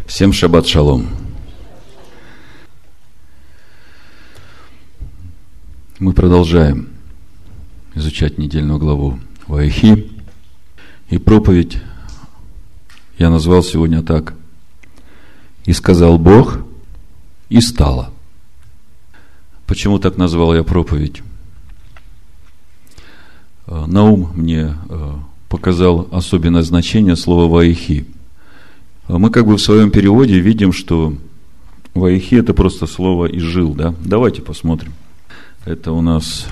Всем шаббат шалом. Мы продолжаем изучать недельную главу Ваихи. И проповедь я назвал сегодня так: «И сказал Бог, и стало». Почему так назвал я проповедь? Наум мне показал особенное значение слова «ваихи». Мы в своем переводе видим, что «ваихи» – это просто слово «и жил». Да? Давайте посмотрим. Это у нас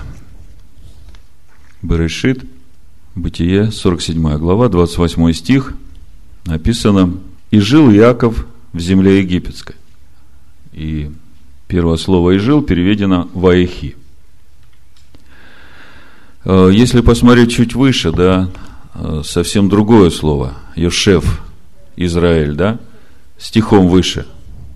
Берешит, Бытие, 47 глава, 28 стих. Написано: «И жил Иаков в земле египетской». И первое слово «и жил» переведено «ваихи». Если посмотреть чуть выше, да, совсем другое слово «Йошев», Израиль, да, стихом выше.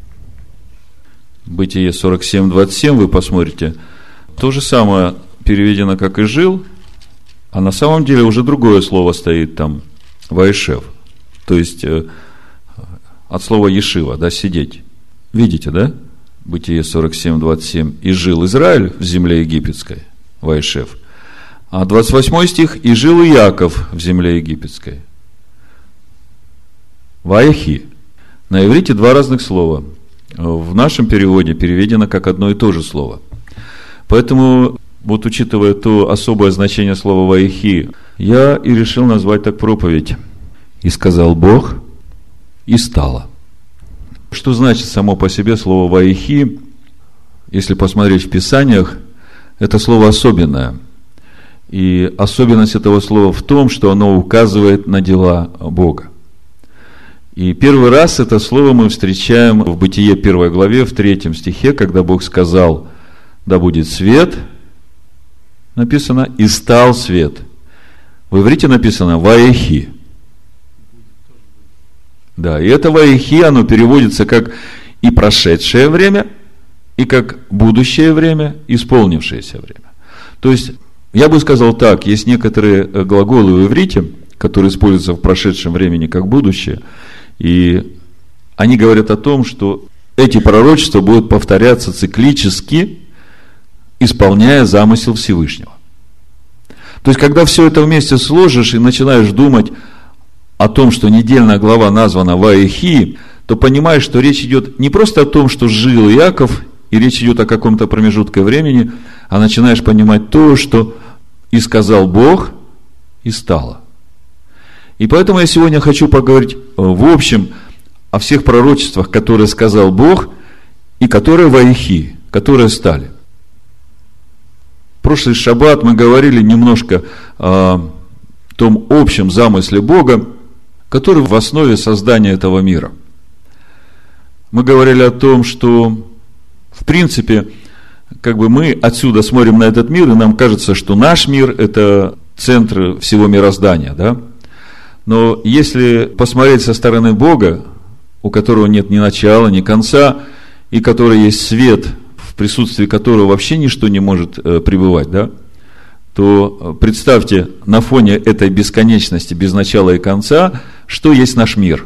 Бытие 47:27, вы посмотрите, то же самое переведено как «и жил», а на самом деле уже другое слово стоит там, «ваишев», то есть от слова «ешива», да, «сидеть». Видите, да? Бытие 47:27, «и жил Израиль в земле египетской», «ваишев». А 28 стих: «И жил Иаков в земле египетской». «Ваихи». На иврите два разных слова. В нашем переводе переведено как одно и то же слово. Поэтому, вот учитывая то особое значение слова «ваихи», я и решил назвать так проповедь: «И сказал Бог, и стало». Что значит само по себе слово «ваихи»? Если посмотреть в Писаниях, это слово особенное. И особенность этого слова в том, что оно указывает на дела Бога. И первый раз это слово мы встречаем в Бытие 1 главе, в 3 стихе, когда Бог сказал: «Да будет свет», написано, «и стал свет». В иврите написано «ваихи». Да, и это «ваихи», оно переводится как и прошедшее время, и как будущее время, исполнившееся время. То есть, я бы сказал так: есть некоторые глаголы в иврите, которые используются в прошедшем времени как будущее, и они говорят о том, что эти пророчества будут повторяться циклически, исполняя замысел Всевышнего. То есть, когда все это вместе сложишь и начинаешь думать о том, что недельная глава названа «Ваихи», то понимаешь, что речь идет не просто о том, что жил Иаков, и речь идет о каком-то промежутке времени, а начинаешь понимать то, что «и сказал Бог, и стало». И поэтому я сегодня хочу поговорить в общем о всех пророчествах, которые сказал Бог, и которые «ваихи», которые стали. В прошлый шаббат мы говорили немножко о том общем замысле Бога, который в основе создания этого мира. Мы говорили о том, что в принципе мы отсюда смотрим на этот мир, и нам кажется, что наш мир – это центр всего мироздания, да? Но если посмотреть со стороны Бога, у которого нет ни начала, ни конца, и который есть свет, в присутствии которого вообще ничто не может пребывать, да, то представьте, на фоне этой бесконечности, без начала и конца, что есть наш мир,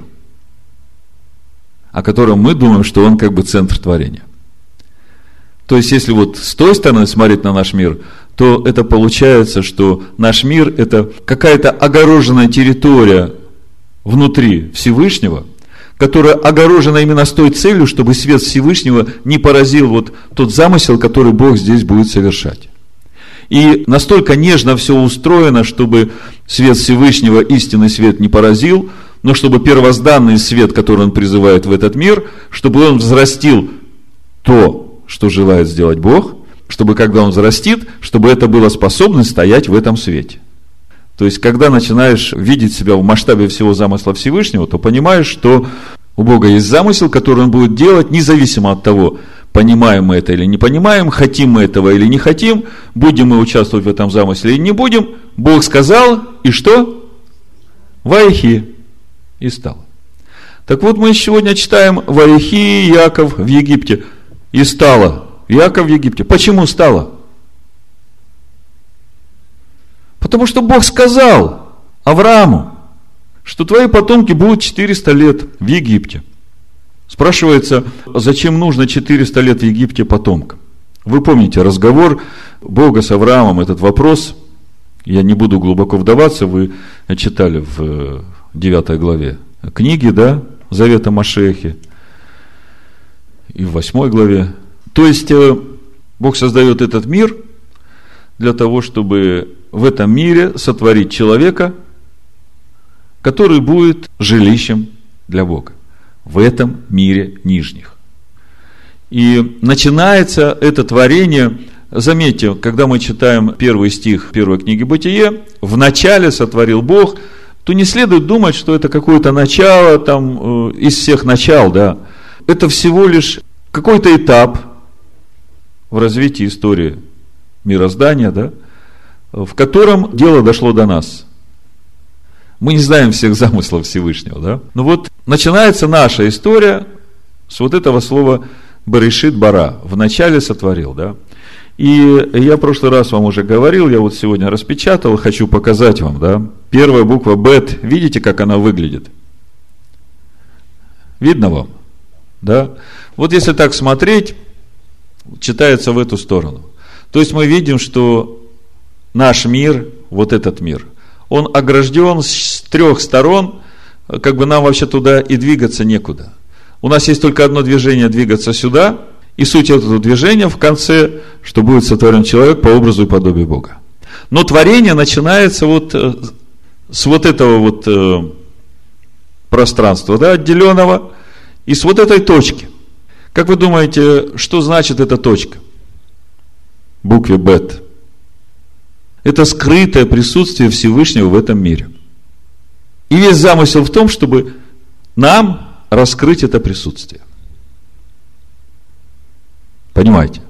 о котором мы думаем, что он центр творения. То есть, если вот с той стороны смотреть на наш мир, то это получается, что наш мир – это какая-то огороженная территория внутри Всевышнего, которая огорожена именно с той целью, чтобы свет Всевышнего не поразил вот тот замысел, который Бог здесь будет совершать. И настолько нежно все устроено, чтобы свет Всевышнего, истинный свет, не поразил, но чтобы первозданный свет, который Он призывает в этот мир, чтобы он взрастил то, что желает сделать Бог, чтобы когда Он взрастит, чтобы это было способно стоять в этом свете. То есть, когда начинаешь видеть себя в масштабе всего замысла Всевышнего, то понимаешь, что у Бога есть замысел, который Он будет делать, независимо от того, понимаем мы это или не понимаем, хотим мы этого или не хотим, будем мы участвовать в этом замысле или не будем. Бог сказал, и что? «Ваихи», и стало. Так вот, мы сегодня читаем «Ваихи Иаков в Египте», и стало. Иаков в Египте. Почему стало? Потому что Бог сказал Аврааму, что твои потомки будут 400 лет в Египте. Спрашивается, зачем нужно 400 лет в Египте потомкам? Вы помните разговор Бога с Авраамом, этот вопрос, я не буду глубоко вдаваться, вы читали в 9 главе книги, да, Завета Машиахи, и в 8 главе. То есть, Бог создает этот мир для того, чтобы в этом мире сотворить человека, который будет жилищем для Бога в этом мире нижних. И начинается это творение, заметьте, когда мы читаем первый стих первой книги Бытие, в начале сотворил Бог, то не следует думать, что это какое-то начало там, из всех начал, да. Это всего лишь какой-то этап в развитии истории мироздания, да, в котором дело дошло до нас. Мы не знаем всех замыслов Всевышнего, да. Но вот начинается наша история с вот этого слова «Берешит бара», в начале сотворил, да. И я в прошлый раз вам уже говорил, я вот сегодня распечатал, хочу показать вам, да. Первая буква «бет», видите, как она выглядит? Видно вам? Да? Вот если так смотреть, читается в эту сторону. То есть мы видим, что наш мир, вот этот мир, он огражден с 3 сторон, как бы нам вообще туда и двигаться некуда. У нас есть только одно движение двигаться сюда, и суть этого движения в конце, что будет сотворен человек по образу и подобию Бога. Но творение начинается вот с вот этого вот пространства, да, отделенного, и с вот этой точки. Как вы думаете, что значит эта точка? В букве бет. Это скрытое присутствие Всевышнего в этом мире. И весь замысел в том, чтобы нам раскрыть это присутствие. Понимаете?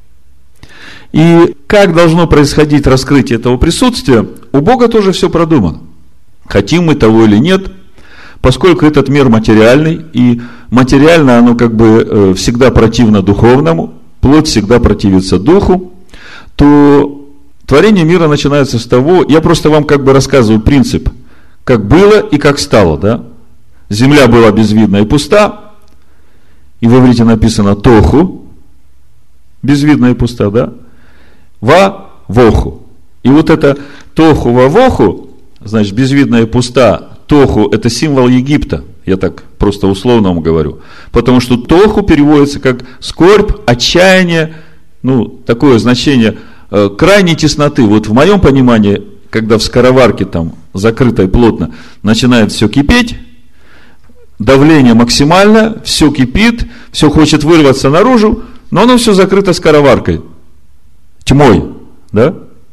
И как должно происходить раскрытие этого присутствия, у Бога тоже все продумано. Хотим мы того или нет, поскольку этот мир материальный, и материально оно как бы всегда противно духовному, плоть всегда противится духу, то творение мира начинается с того, я просто вам как бы рассказываю принцип, как было и как стало, да? Земля была безвидна и пуста, и в иврите написано тоху, безвидна и пуста, да? Ва-воху. И вот это тоху ва-воху, значит, безвидна и пуста, тоху – это символ Египта, я так просто условно вам говорю, потому что тоху переводится как скорбь, отчаяние, ну, такое значение крайней тесноты. Вот в моем понимании, когда в скороварке там закрытой плотно начинает все кипеть, давление максимально, все кипит, все хочет вырваться наружу, но оно все закрыто скороваркой, тьмой, да?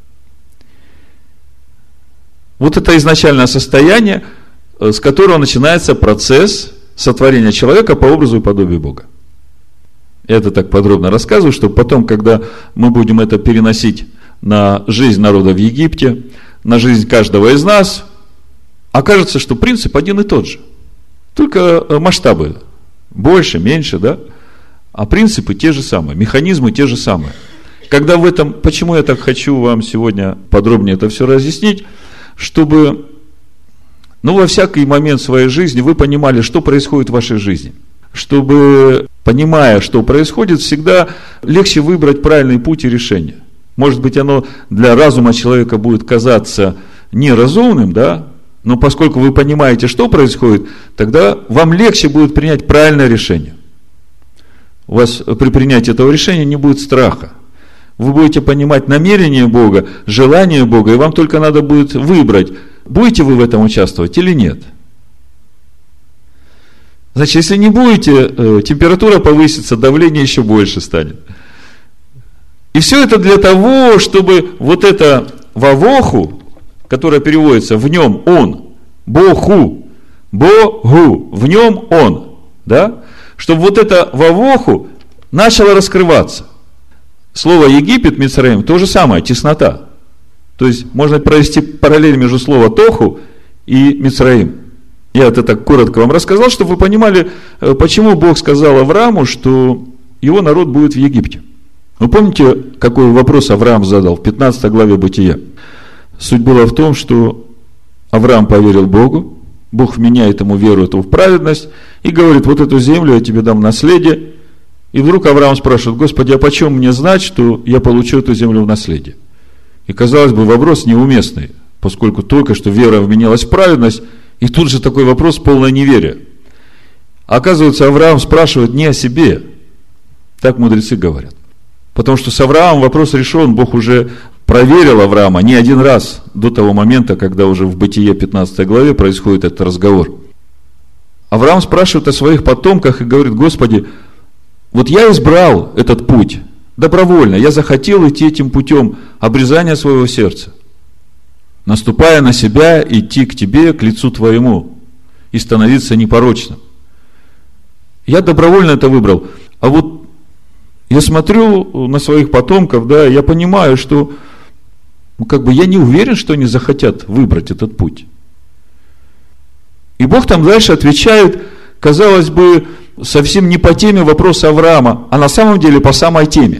Вот это изначальное состояние, с которого начинается процесс сотворения человека по образу и подобию Бога. Я это так подробно рассказываю, чтобы потом, когда мы будем это переносить на жизнь народа в Египте, на жизнь каждого из нас, окажется, что принцип один и тот же. Только масштабы больше, меньше, да? А принципы те же самые, механизмы те же самые. Когда в этом, почему я так хочу вам сегодня подробнее это все разъяснить, чтобы, во всякий момент своей жизни вы понимали, что происходит в вашей жизни. Чтобы, понимая, что происходит, всегда легче выбрать правильный путь и решение. Может быть, оно для разума человека будет казаться неразумным, да? Но поскольку вы понимаете, что происходит, тогда вам легче будет принять правильное решение. У вас при принятии этого решения не будет страха. Вы будете понимать намерение Бога, желание Бога, и вам только надо будет выбрать, будете вы в этом участвовать или нет. Значит, если не будете, температура повысится, давление еще больше станет. И все это для того, чтобы вот это вавоху, которое переводится в нем он, боху, богу, в нем он, да? Чтобы вот это вавоху начало раскрываться. Слово Египет, Мицраим, то же самое, теснота. То есть, можно провести параллель между словом тоху и Мицраим. Я это так коротко вам рассказал, чтобы вы понимали, почему Бог сказал Аврааму, что его народ будет в Египте. Вы помните, какой вопрос Авраам задал в 15 главе Бытия? Суть была в том, что Авраам поверил Богу, Бог вменяет ему веру эту в праведность и говорит: вот эту землю я тебе дам в наследие. И вдруг Авраам спрашивает: Господи, а почем мне знать, что я получу эту землю в наследие? И, казалось бы, вопрос неуместный, поскольку только что вера вменялась в праведность, и тут же такой вопрос, полное неверие. Оказывается, Авраам спрашивает не о себе. Так мудрецы говорят. Потому что с Авраамом вопрос решен, Бог уже проверил Авраама не один раз до того момента, когда уже в Бытие 15 главе происходит этот разговор. Авраам спрашивает о своих потомках и говорит: Господи, вот я избрал этот путь добровольно, я захотел идти этим путем обрезания своего сердца, наступая на себя, идти к Тебе, к лицу Твоему и становиться непорочным. Я добровольно это выбрал. А вот я смотрю на своих потомков, да, я понимаю, что я не уверен, что они захотят выбрать этот путь. И Бог там дальше отвечает, казалось бы, совсем не по теме вопроса Авраама, а на самом деле по самой теме.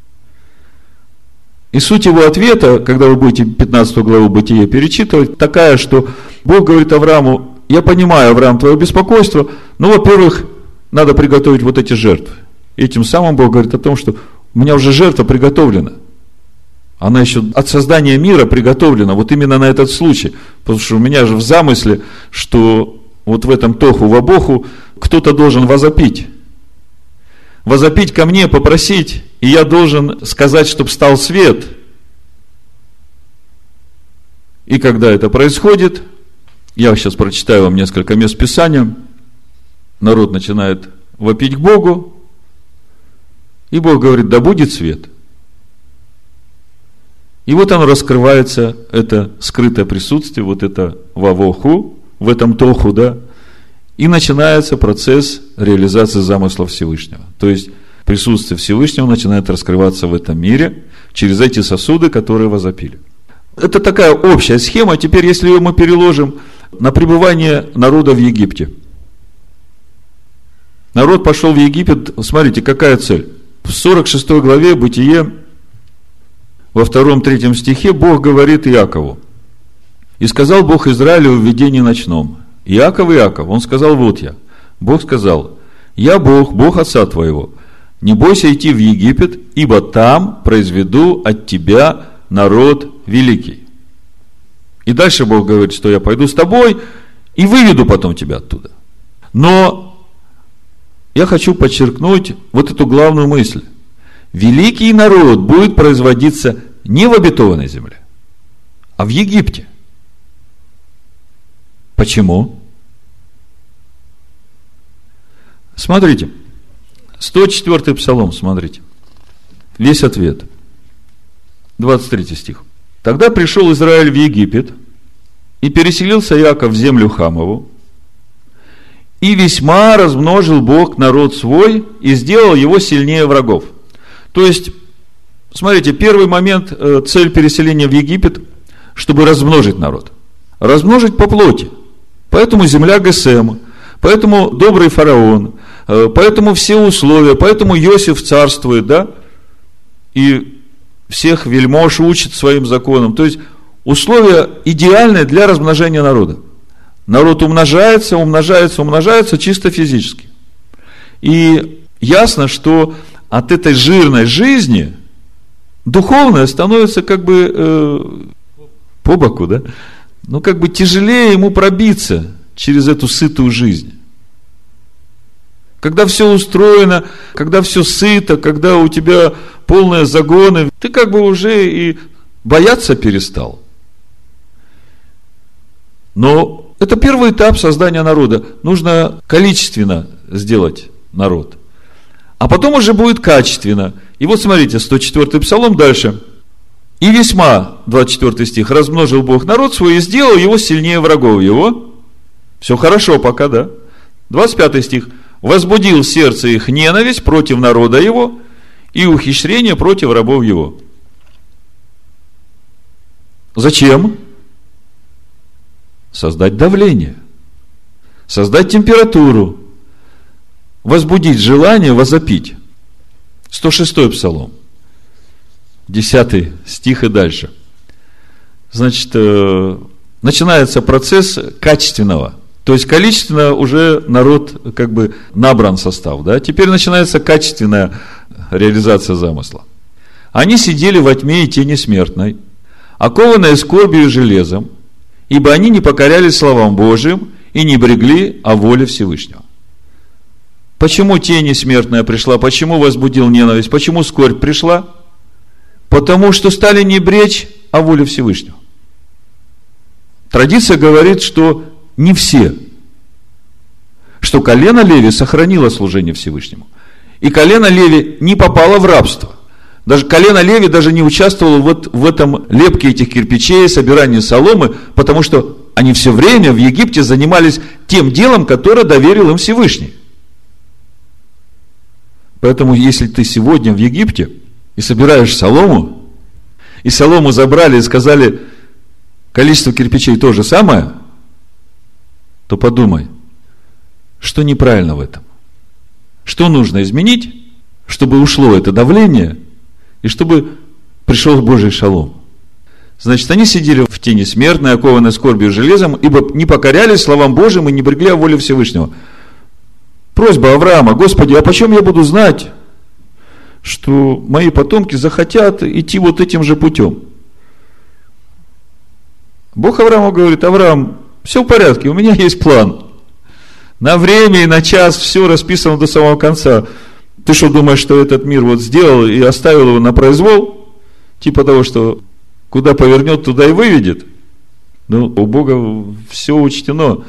И суть его ответа, когда вы будете 15 главу Бытия перечитывать, такая, что Бог говорит Аврааму: я понимаю, Авраам, твое беспокойство, но, во-первых, надо приготовить вот эти жертвы. И тем самым Бог говорит о том, что у меня уже жертва приготовлена. Она еще от создания мира приготовлена вот именно на этот случай. Потому что у меня же в замысле, что вот в этом тоху вабоху кто-то должен возопить. Возопить ко мне, попросить, и я должен сказать, чтобы стал свет. И когда это происходит, я сейчас прочитаю вам несколько мест Писания, народ начинает вопить к Богу, и Бог говорит: да будет свет. И вот оно раскрывается, это скрытое присутствие, вот это вавоху, в этом тоху, да, и начинается процесс реализации замысла Всевышнего. То есть присутствие Всевышнего начинает раскрываться в этом мире через эти сосуды, которые возопили. Это такая общая схема. Теперь, если ее мы переложим на пребывание народа в Египте. Народ пошел в Египет, смотрите, какая цель. В 46 главе Бытие, во 2-3 стихе, Бог говорит Иакову: «И сказал Бог Израилю в видении ночном: Иаков, Иаков». Он сказал: вот я. Бог сказал: я Бог, Бог отца твоего. Не бойся идти в Египет, ибо там произведу от тебя народ великий. И дальше Бог говорит, что я пойду с тобой и выведу потом тебя оттуда. Но я хочу подчеркнуть вот эту главную мысль. Великий народ будет производиться не в обетованной земле, а в Египте. Почему? Смотрите, 104-й Псалом, смотрите. Весь ответ. 23 стих. Тогда пришел Израиль в Египет, и переселился Иаков в землю Хамову, и весьма размножил Бог народ свой, и сделал его сильнее врагов. То есть, смотрите, первый момент, цель переселения в Египет, чтобы размножить народ. Размножить по плоти. Поэтому земля Гесем, поэтому добрый фараон, поэтому все условия, поэтому Иосиф царствует, да, и всех вельмож учит своим законам. То есть, условия идеальные для размножения народа. Народ умножается, умножается, умножается чисто физически. И ясно, что от этой жирной жизни духовное становится по боку, да? Тяжелее ему пробиться через эту сытую жизнь. Когда все устроено, когда все сыто, когда у тебя полные загоны, ты уже и бояться перестал. Но это первый этап создания народа. Нужно количественно сделать народ. А потом уже будет качественно. И вот смотрите, 104-й Псалом дальше. И весьма, 24 стих, размножил Бог народ свой и сделал его сильнее врагов его. Все хорошо пока, да? 25 стих. Возбудил сердце их ненависть против народа его и ухищрение против рабов его. Зачем? Создать давление, создать температуру, возбудить желание возопить. 106-й Псалом, 10 стих и дальше. Значит, начинается процесс качественного То есть количественно уже народ как бы набран состав, да? Теперь начинается качественная реализация замысла. Они сидели во тьме и тени смертной, окованные скорбью и железом, ибо они не покорялись словам Божьим и не брегли о воле Всевышнего. Почему тень смертная пришла? Почему возбудил ненависть? Почему скорбь пришла? Потому что стали не бречь о воле Всевышнего. Традиция говорит, что не все. Что колено Леви сохранило служение Всевышнему. И колено Леви не попало в рабство. Даже колено Леви даже не участвовало вот в этом лепке этих кирпичей, собирании соломы, потому что они все время в Египте занимались тем делом, которое доверил им Всевышний. Поэтому, если ты сегодня в Египте и собираешь солому, и солому забрали и сказали, количество кирпичей то же самое, то подумай, что неправильно в этом. Что нужно изменить, чтобы ушло это давление, и чтобы пришел Божий шалом. Значит, они сидели в тени смертной, окованной скорбью и железом, ибо не покорялись словам Божьим и не брегли о воле Всевышнего. Просьба Авраама: Господи, а почем я буду знать, что мои потомки захотят идти вот этим же путем? Бог Аврааму говорит: Авраам, все в порядке, у меня есть план. На время и на час все расписано до самого конца. Ты что, думаешь, что этот мир вот сделал и оставил его на произвол? Типа того, что куда повернет, туда и выведет? Ну, у Бога все учтено.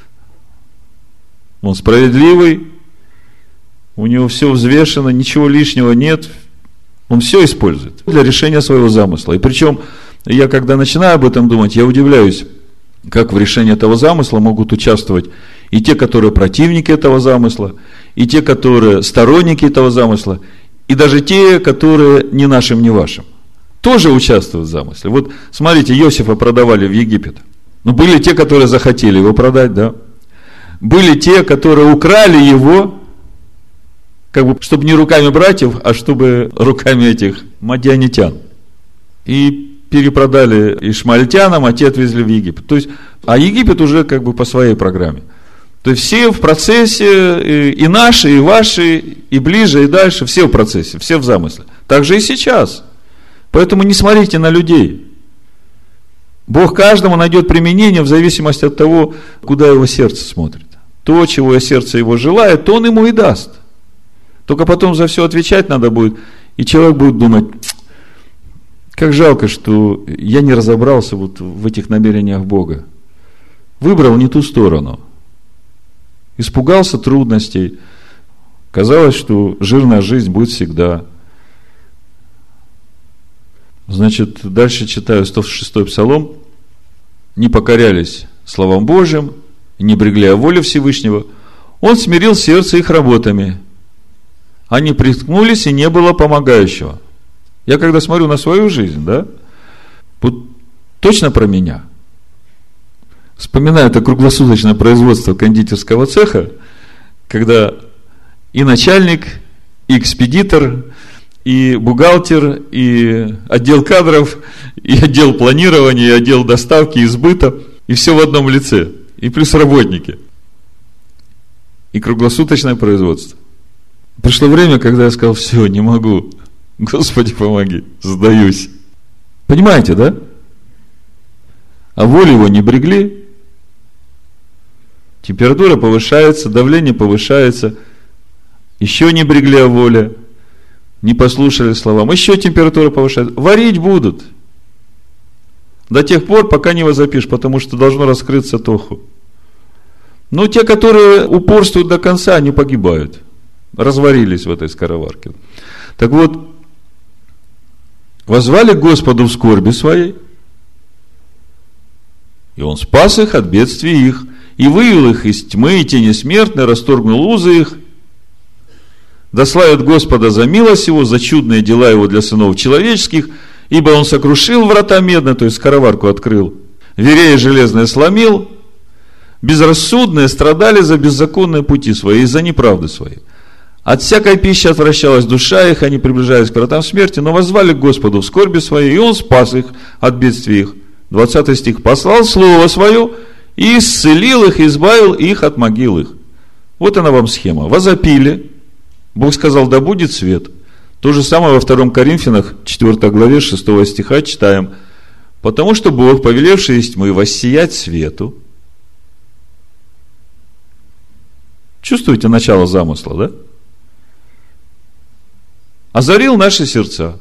Он справедливый, у него все взвешено, ничего лишнего нет. Он все использует для решения своего замысла. И причем, я когда начинаю об этом думать, я удивляюсь, как в решении этого замысла могут участвовать и те, которые противники этого замысла, и те, которые сторонники этого замысла, и даже те, которые ни нашим, ни вашим, тоже участвуют в замысле. Вот смотрите, Иосифа продавали в Египет. Но были те, которые захотели его продать, да? Были те, которые украли его, как бы, чтобы не руками братьев, а чтобы руками этих мадианитян. И перепродали ишмаэльтянам, а те отвезли в Египет. То есть, а Египет уже как бы по своей программе. То есть, все в процессе, и наши, и ваши, и ближе, и дальше, все в процессе, все в замысле. Так же и сейчас. Поэтому не смотрите на людей. Бог каждому найдет применение в зависимости от того, куда его сердце смотрит. То, чего сердце его желает, то он ему и даст. Только потом за все отвечать надо будет, и человек будет думать: как жалко, что я не разобрался вот в этих намерениях Бога. Выбрал не ту сторону. Испугался трудностей. Казалось, что жирная жизнь будет всегда. Значит, дальше читаю 106-й псалом. Не покорялись словам Божьим, не брегли о воле Всевышнего. Он смирил сердце их работами. Они приткнулись, и не было помогающего. Я когда смотрю на свою жизнь, да, вот точно про меня. Вспоминаю это круглосуточное производство кондитерского цеха, когда и начальник, и экспедитор, и бухгалтер, и отдел кадров, и отдел планирования, и отдел доставки, и сбыта, и все в одном лице, и плюс работники, и круглосуточное производство. Пришло время, когда я сказал: все, не могу, Господи, помоги, сдаюсь. Понимаете, да? А волю его не брегли, температура повышается, давление повышается, еще не брегли о воле, не послушали словам, еще температура повышается, варить будут до тех пор, пока не возопишь, потому что должно раскрыться тоху. Но те, которые упорствуют до конца, они погибают, разварились в этой скороварке. Так вот, воззвали к Господу в скорби своей, и Он спас их от бедствий их, и вывел их из тьмы и тени смертной, расторгнул узы их. Да славят Господа за милость Его, за чудные дела Его для сынов человеческих, ибо Он сокрушил врата медные, то есть скороварку открыл, вереи железные сломил, безрассудные страдали за беззаконные пути свои, из-за неправды своей. От всякой пищи отвращалась душа их, они приближались к вратам смерти, но воззвали к Господу в скорби своей, и Он спас их от бедствий их. 20 стих. Послал Слово Свое, и исцелил их, избавил их от могил их. Вот она вам схема. Возопили. Бог сказал, да будет свет. То же самое во 2 Коринфянах, 4 главе, 6 стиха читаем. Потому что Бог, повелевший из тьмы воссиять свету. Чувствуете начало замысла, да? Озарил наши сердца,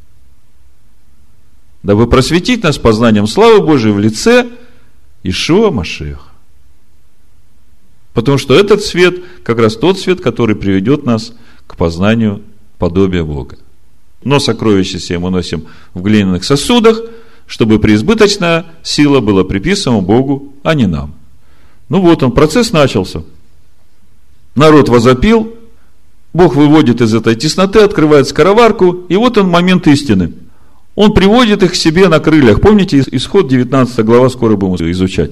дабы просветить нас познанием славы Божией в лице Иешуа Машиаха. Потому что этот свет, как раз тот свет, который приведет нас к познанию подобия Бога. Но сокровища сие мы носим в глиняных сосудах, чтобы преизбыточная сила была приписана Богу, а не нам. Ну вот он, процесс начался. Народ возопил, Бог выводит из этой тесноты, открывает скороварку, и вот он момент истины. Он приводит их к себе на крыльях. Помните, Исход 19 глава, скоро будем изучать.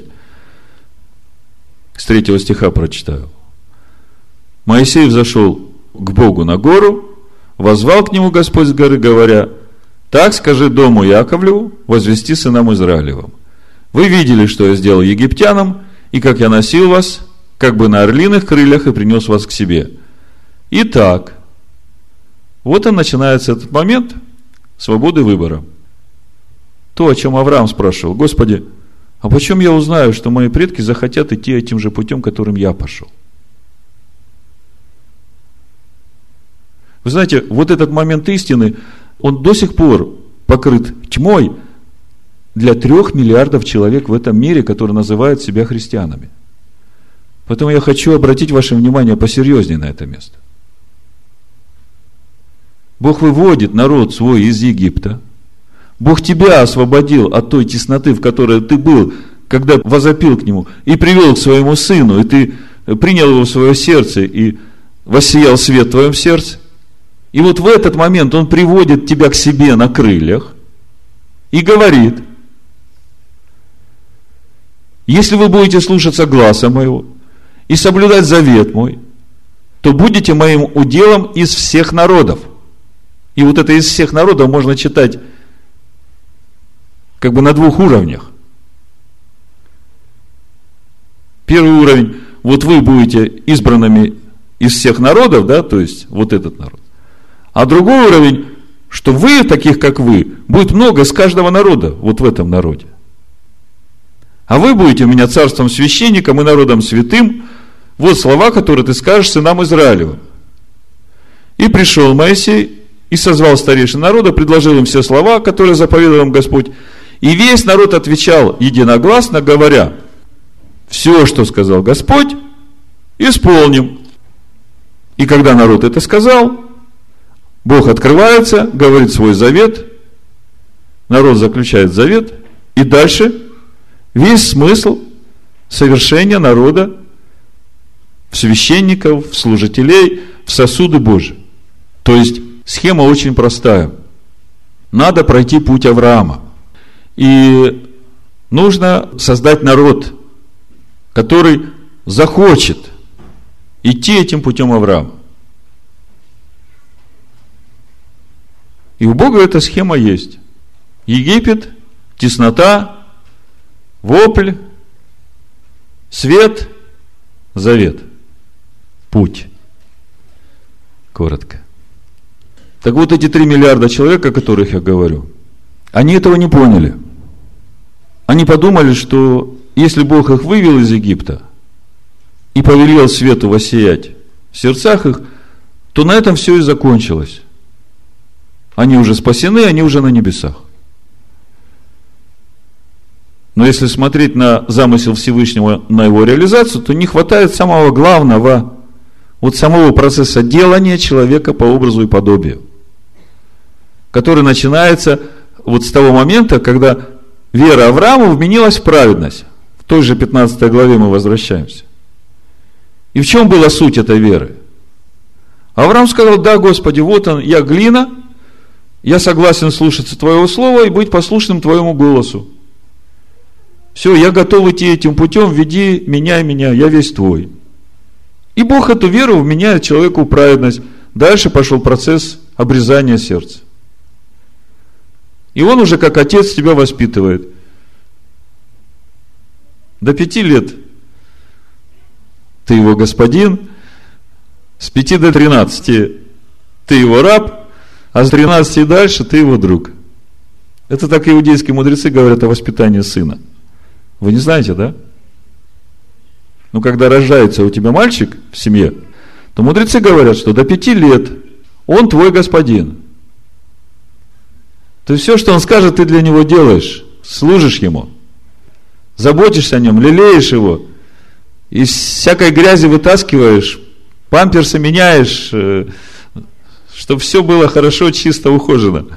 С 3 стиха прочитаю. Моисей взошел к Богу на гору, воззвал к нему Господь с горы, говоря: так скажи дому Яковлеву, возвести сынам Израилевым. Вы видели, что я сделал египтянам, и как я носил вас, как бы на орлиных крыльях, и принес вас к себе. Итак, вот он начинается этот момент свободы выбора. То, о чем Авраам спрашивал: Господи, а почем я узнаю, что мои предки захотят идти этим же путем, которым я пошел? Вы знаете, вот этот момент истины, он до сих пор покрыт тьмой для 3 миллиардов человек в этом мире, которые называют себя христианами. Поэтому я хочу обратить ваше внимание посерьезнее на это место. Бог выводит народ свой из Египта. Бог тебя освободил от той тесноты, в которой ты был, когда возопил к Нему, и привел к своему Сыну, и ты принял Его в свое сердце, и воссиял свет в твоем сердце. И вот в этот момент Он приводит тебя к себе на крыльях и говорит: если вы будете слушаться гласа моего и соблюдать завет мой, то будете моим уделом из всех народов. И вот это из всех народов можно читать как бы на 2 уровнях. Первый уровень: вот вы будете избранными из всех народов, да, то есть вот этот народ. А другой уровень, что вы, таких как вы, будет много с каждого народа, вот в этом народе. А вы будете у меня царством священником и народом святым. Вот слова, которые ты скажешь сынам Израилевым. И пришел Моисей и созвал старейшин народа, предложил им все слова, которые заповедал им Господь. И весь народ отвечал единогласно, говоря: все, что сказал Господь, исполним. И когда народ это сказал, Бог открывается, говорит свой завет, народ заключает завет, и дальше весь смысл совершения народа в священников, в служителей, в сосуды Божии. То есть схема очень простая. Надо пройти путь Авраама. И нужно создать народ, который захочет идти этим путем Авраама. И у Бога эта схема есть. Египет, теснота, вопль, свет, завет, путь. Коротко. Так вот, эти 3 миллиарда человек, о которых я говорю, они этого не поняли. Они подумали, что если Бог их вывел из Египта и повелел свету воссиять в сердцах их, то на этом все и закончилось. Они уже спасены, они уже на небесах. Но если смотреть на замысел Всевышнего, на его реализацию, то не хватает самого главного, вот самого процесса делания человека по образу и подобию, который начинается вот с того момента, когда вера Авраама вменилась в праведность. В той же 15 главе мы возвращаемся. И в чем была суть этой веры? Авраам сказал: да, Господи, вот он, я глина, я согласен слушаться Твоего слова и быть послушным Твоему голосу. Все, я готов идти этим путем, веди меня, я весь Твой. И Бог эту веру вменяет человеку в праведность. Дальше пошел процесс обрезания сердца. И он уже как отец тебя воспитывает. До 5 лет ты его господин, с 5 до 13 ты его раб, а с 13 и дальше ты его друг. Это так иудейские мудрецы говорят о воспитании сына. Вы не знаете, да? Но когда рождается у тебя мальчик в семье, то мудрецы говорят, что до 5 лет он твой господин. То есть все, что он скажет, ты для него делаешь, служишь ему, заботишься о нем, лелеешь его, из всякой грязи вытаскиваешь, памперсы меняешь, чтобы все было хорошо, чисто, ухожено.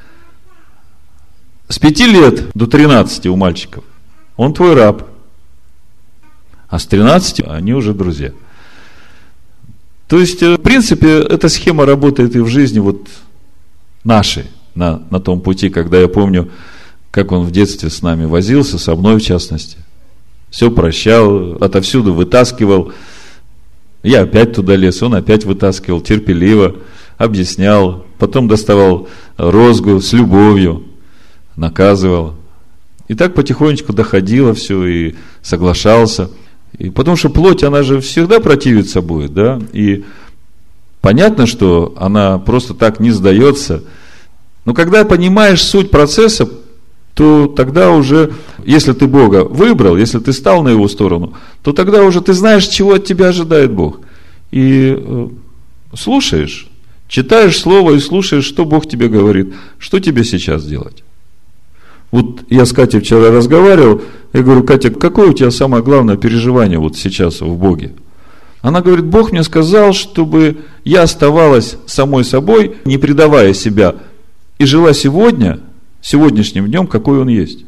С 5 лет до 13 у мальчиков он твой раб, а с 13 они уже друзья. То есть, в принципе, эта схема работает и в жизни вот нашей, на том пути, когда я помню, как он в детстве с нами возился, со мной в частности. Все прощал, отовсюду вытаскивал. Я опять туда лез, он опять вытаскивал, терпеливо, объяснял. Потом доставал розгу с любовью, наказывал. И так потихонечку доходило все, и соглашался. И потому что плоть, она же всегда противиться будет, да? И понятно, что она просто так не сдается. Но когда понимаешь суть процесса, то тогда уже, если ты Бога выбрал, если ты стал на Его сторону, то тогда уже ты знаешь, чего от тебя ожидает Бог. И слушаешь, читаешь Слово и слушаешь, что Бог тебе говорит, что тебе сейчас делать. Вот я с Катей вчера разговаривал, я говорю: Катя, какое у тебя самое главное переживание вот сейчас в Боге? Она говорит: Бог мне сказал, чтобы я оставалась самой собой, не предавая себя, и жила сегодняшним днем, какой он есть.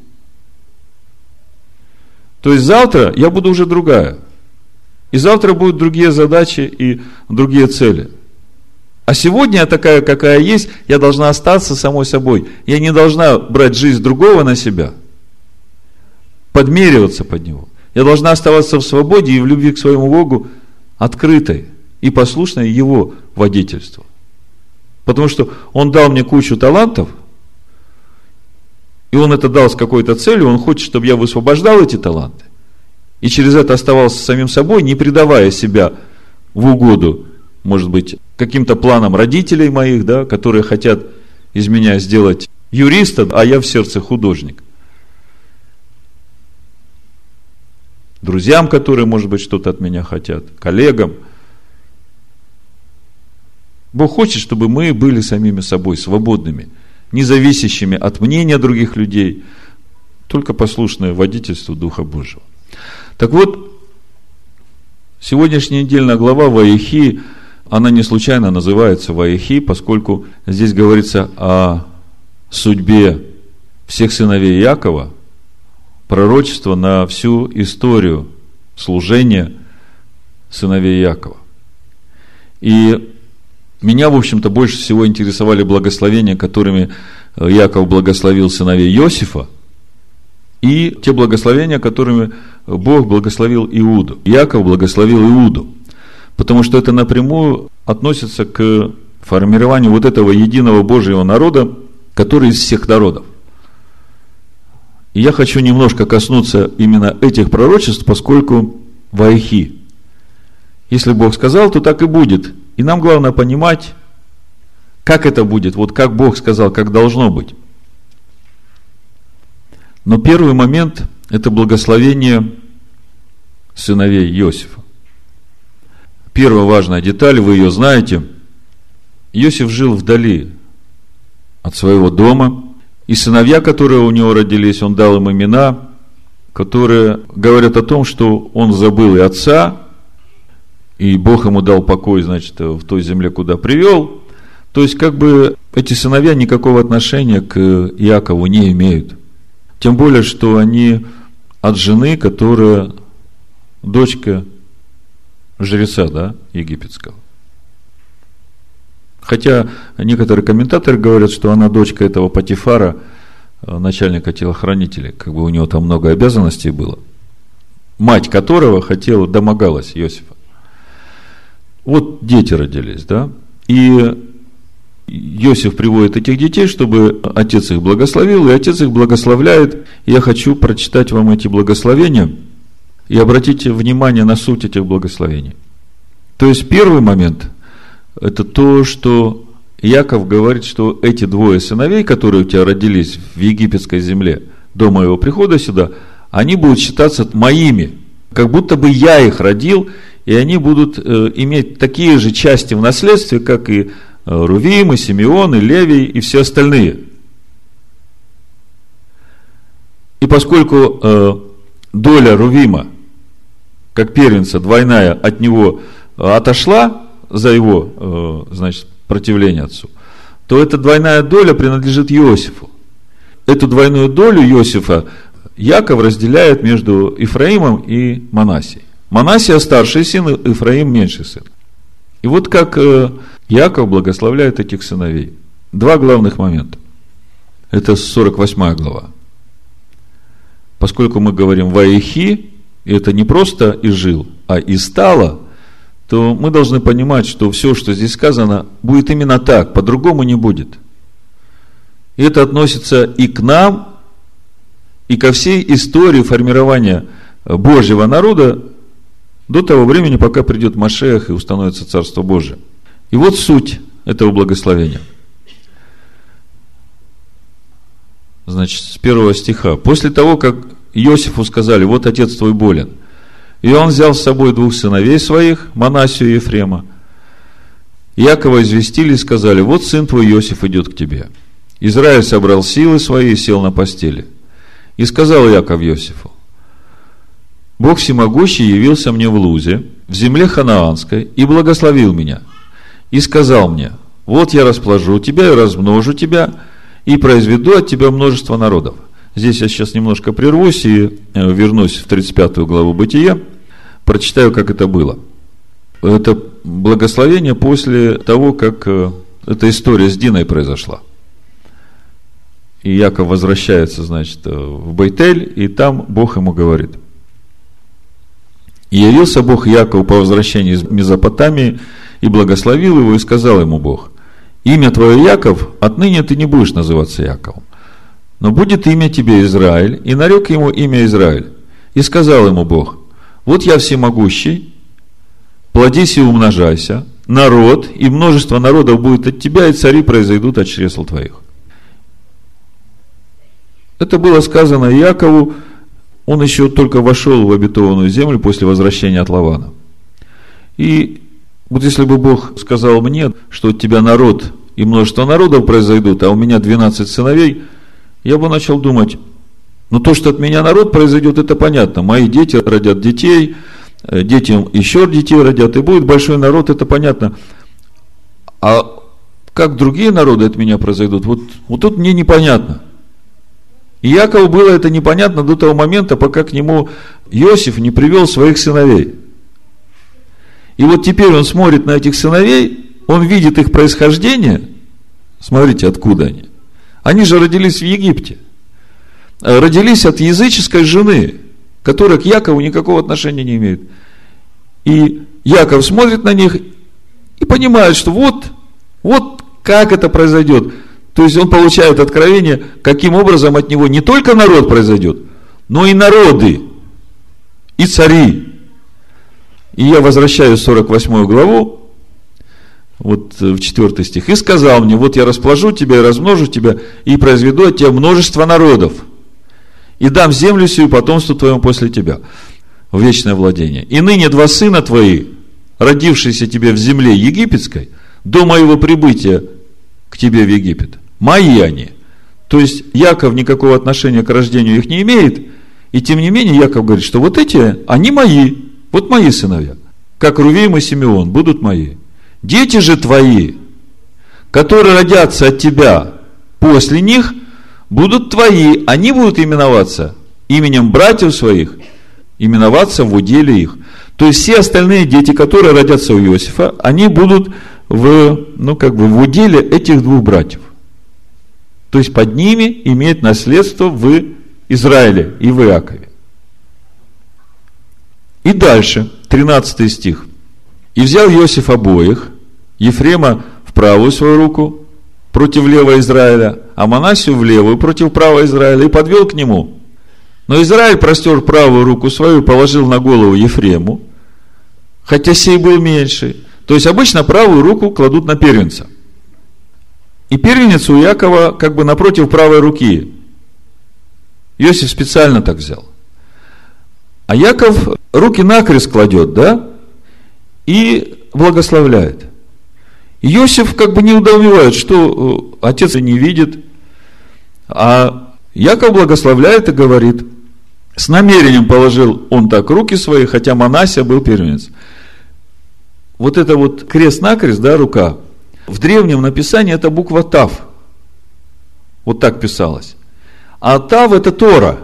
То есть завтра я буду уже другая. И завтра будут другие задачи и другие цели. А сегодня я такая, какая есть, я должна остаться самой собой. Я не должна брать жизнь другого на себя, подмериваться под него. Я должна оставаться в свободе и в любви к своему Богу открытой и послушной Его водительству. Потому что Он дал мне кучу талантов, и Он это дал с какой-то целью, Он хочет, чтобы я высвобождал эти таланты, и через это оставался самим собой, не предавая себя в угоду, может быть, каким-то планам родителей моих, да, которые хотят из меня сделать юриста, а я в сердце художник. Друзьям, которые, может быть, что-то от меня хотят, коллегам. Бог хочет, чтобы мы были самими собой, свободными, независящими от мнения других людей, только послушные водительству Духа Божьего. Так вот, сегодняшняя недельная глава Ваихи, она не случайно называется Ваихи, поскольку здесь говорится о судьбе всех сыновей Иакова, пророчество на всю историю служения сыновей Иакова. И меня, в общем-то, больше всего интересовали благословения, которыми Иаков благословил сыновей Иосифа, и те благословения, которыми Бог благословил Иуду. Иаков благословил Иуду, потому что это напрямую относится к формированию вот этого единого Божьего народа, который из всех народов. И я хочу немножко коснуться именно этих пророчеств, поскольку Ваихи. Если Бог сказал, то так и будет. И нам главное понимать, как это будет, вот как Бог сказал, как должно быть. Но первый момент – это благословение сыновей Иосифа. Первая важная деталь, вы ее знаете. Иосиф жил вдали от своего дома, и сыновья, которые у него родились, он дал им имена, которые говорят о том, что он забыл и отца, и Бог ему дал покой, значит, в той земле, куда привел. То есть, как бы эти сыновья никакого отношения к Иакову не имеют. Тем более, что они от жены, которая дочка жреца, да, египетского. Хотя некоторые комментаторы говорят, что она дочка этого Патифара, начальника телохранителей, как бы у него там много обязанностей было, мать которого домогалась Иосифа. Вот дети родились, да, и Иосиф приводит этих детей, чтобы отец их благословил, и отец их благословляет. И я хочу прочитать вам эти благословения. И обратите внимание на суть этих благословений. То есть первый момент – это то, что Иаков говорит, что эти двое сыновей, которые у тебя родились в египетской земле до моего прихода сюда, они будут считаться моими, как будто бы я их родил, и они будут иметь такие же части в наследстве, как и Рувим, и Симеон, и Левий, и все остальные. И поскольку доля Рувима, как первенца, двойная, от него отошла за его, значит, противление отцу, то эта двойная доля принадлежит Иосифу. Эту двойную долю Иосифа Иаков разделяет между Ифраимом и Манассией. Манассия старший сын, Ифраим меньший сын. И вот как Иаков благословляет этих сыновей. Два главных момента. Это 48 глава. Поскольку мы говорим «Ваихи», и это не просто «и жил», а «и стало», то мы должны понимать, что все, что здесь сказано, будет именно так, по-другому не будет. И это относится и к нам, и ко всей истории формирования Божьего народа до того времени, пока придет Машиах и установится Царство Божие. И вот суть этого благословения. Значит, с 1 стиха. После того, как Иосифу сказали: вот отец твой болен, и он взял с собой двух сыновей своих, Манассию и Ефрема, Иакова известили и сказали: вот сын твой Иосиф идет к тебе. Израиль собрал силы свои и сел на постели. И сказал Иаков Иосифу: Бог всемогущий явился мне в Лузе, в земле ханаанской, и благословил меня. И сказал мне: вот я распложу тебя и размножу тебя, и произведу от тебя множество народов. Здесь я сейчас немножко прервусь и вернусь в 35 главу Бытия, прочитаю, как это было. Это благословение после того, как эта история с Диной произошла. И Иаков возвращается, значит, в Бейтель, и там Бог ему говорит: и явился Бог Иакову по возвращении из Месопотамии, и благословил его, и сказал ему Бог: имя твое Иаков, отныне ты не будешь называться Иаковом, но будет имя тебе Израиль, и нарек ему имя Израиль. И сказал ему Бог: вот я всемогущий, плодись и умножайся, народ и множество народов будет от тебя, и цари произойдут от чресл твоих. Это было сказано Иакову, он еще только вошел в обетованную землю после возвращения от Лавана. И вот если бы Бог сказал мне, что от тебя народ и множество народов произойдут, а у меня 12 сыновей, я бы начал думать: ну то, что от меня народ произойдет, это понятно. Мои дети родят детей, детям еще детей родят, и будет большой народ, это понятно. А как другие народы от меня произойдут, вот тут мне непонятно. И Иакову было это непонятно до того момента, пока к нему Иосиф не привел своих сыновей. И вот теперь он смотрит на этих сыновей, он видит их происхождение. Смотрите, откуда они. Они же родились в Египте. Родились от языческой жены, которая к Якову никакого отношения не имеет. И Яков смотрит на них и понимает, что вот как это произойдет. То есть он получает откровение, каким образом от него не только народ произойдет, но и народы, и цари. И я возвращаюсь в 48 главу, вот в 4 стих. И сказал мне: вот я распложу тебя и размножу тебя, и произведу от тебя множество народов, и дам землю сию потомству твоему после тебя в вечное владение. И ныне два сына твои, родившиеся тебе в земле египетской, до моего прибытия к тебе в Египет, мои они. То есть Яков никакого отношения к рождению их не имеет, и тем не менее Яков говорит, что вот эти, они мои, вот мои сыновья, как Рувим и Симеон, будут мои. Дети же твои, которые родятся от тебя после них, будут твои, они будут именоваться именем братьев своих, именоваться в уделе их. То есть все остальные дети, которые родятся у Иосифа, они будут в уделе этих двух братьев. То есть под ними имеет наследство в Израиле и в Иакове. И дальше, 13 стих. И взял Иосиф обоих, Ефрема в правую свою руку против левого Израиля, а Манассию в левую против правого Израиля, и подвел к нему. Но Израиль простер правую руку свою и положил на голову Ефрему, хотя сей был меньший. То есть обычно правую руку кладут на первенца. И первенец у Иакова как бы напротив правой руки. Иосиф специально так взял. А Иаков руки накрест кладет, да? И благословляет. Иосиф как бы не недоумевает, что отец не видит. А Иаков благословляет и говорит, с намерением положил он так руки свои, хотя Манассия был первенец. Вот это вот крест-накрест, да, рука, в древнем написании это буква Тав. Вот так писалось. А Тав это Тора.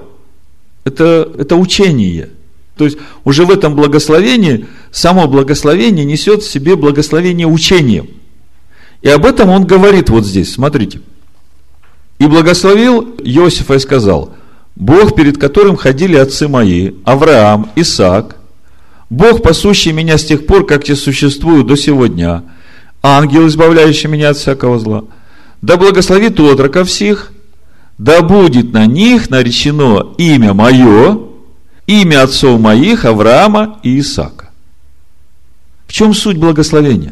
Это учение. То есть уже в этом благословении, само благословение несет в себе благословение учением. И об этом он говорит вот здесь, смотрите. И благословил Иосифа и сказал: Бог, перед которым ходили отцы мои, Авраам, Исаак, Бог, пасущий меня с тех пор, как я существую до сего дня, ангел, избавляющий меня от всякого зла, да благословит отроков сих, да будет на них наречено имя мое, имя отцов моих, Авраама и Исаака. В чем суть благословения?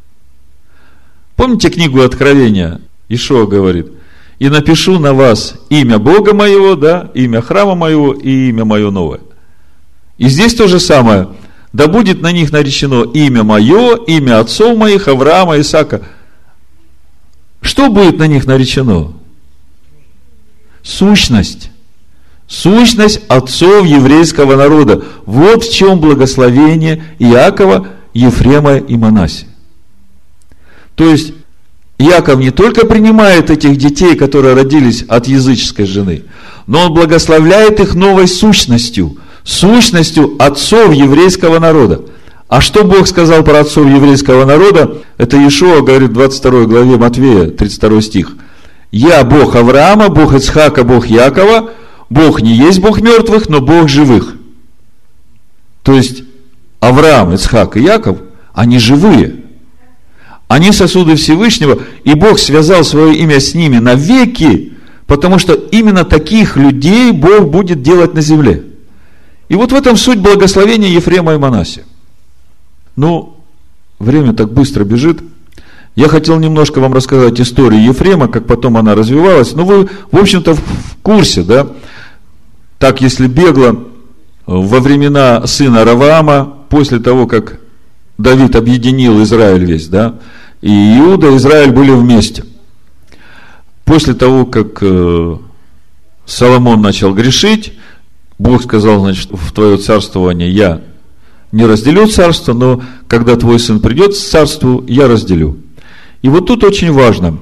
Помните книгу Откровения? Ишуа говорит: и напишу на вас имя Бога моего, да, имя храма моего и имя мое новое. И здесь то же самое. Да будет на них наречено имя мое, имя отцов моих, Авраама, Исаака. Что будет на них наречено? Сущность. Сущность отцов еврейского народа. Вот в чем благословение Иакова, Ефрема и Манассии. То есть, Иаков не только принимает этих детей, которые родились от языческой жены, но он благословляет их новой сущностью, сущностью отцов еврейского народа. А что Бог сказал про отцов еврейского народа? Это Иешуа говорит в 22 главе Матвея, 32 стих. «Я Бог Авраама, Бог Ицхака, Бог Якова, Бог не есть Бог мертвых, но Бог живых». То есть, Авраам, Ицхак и Яков, они живые. Они сосуды Всевышнего, и Бог связал свое имя с ними навеки, потому что именно таких людей Бог будет делать на земле. И вот в этом суть благословения Ефрема и Манассии. Ну, время так быстро бежит. Я хотел немножко вам рассказать историю Ефрема, как потом она развивалась. Но вы, в общем-то, в курсе, да? Так, если бегло, во времена сына Раваама, после того, как Давид объединил Израиль весь, да, и Иуда, и Израиль были вместе. После того, как Соломон начал грешить, Бог сказал, значит, в твое царствование я не разделю царство, но когда твой сын придет к царству, я разделю. И вот тут очень важно.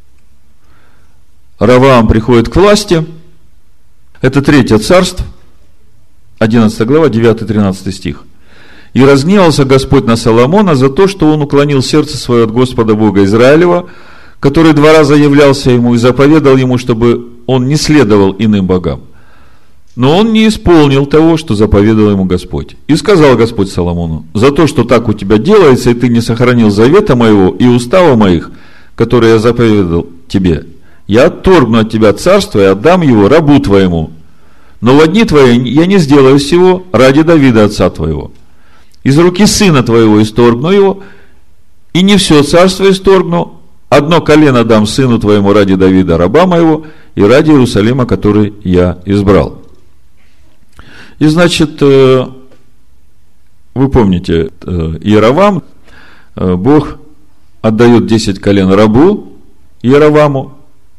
Раваам приходит к власти. Это 3 царство, 11 глава, 9-13 стих. «И разгневался Господь на Соломона за то, что он уклонил сердце свое от Господа Бога Израилева, который 2 раза являлся ему и заповедал ему, чтобы он не следовал иным богам. Но он не исполнил того, что заповедал ему Господь. И сказал Господь Соломону: за то, что так у тебя делается, и ты не сохранил завета моего и устава моих, которые я заповедал тебе, я отторгну от тебя царство и отдам его рабу твоему. Но во дни твои я не сделаю всего ради Давида отца твоего. Из руки сына твоего исторгну его, и не все царство исторгну, одно колено дам сыну твоему ради Давида раба моего и ради Иерусалима, который я избрал». И значит, вы помните, Иеровам, Бог отдает 10 колен рабу Иероваму,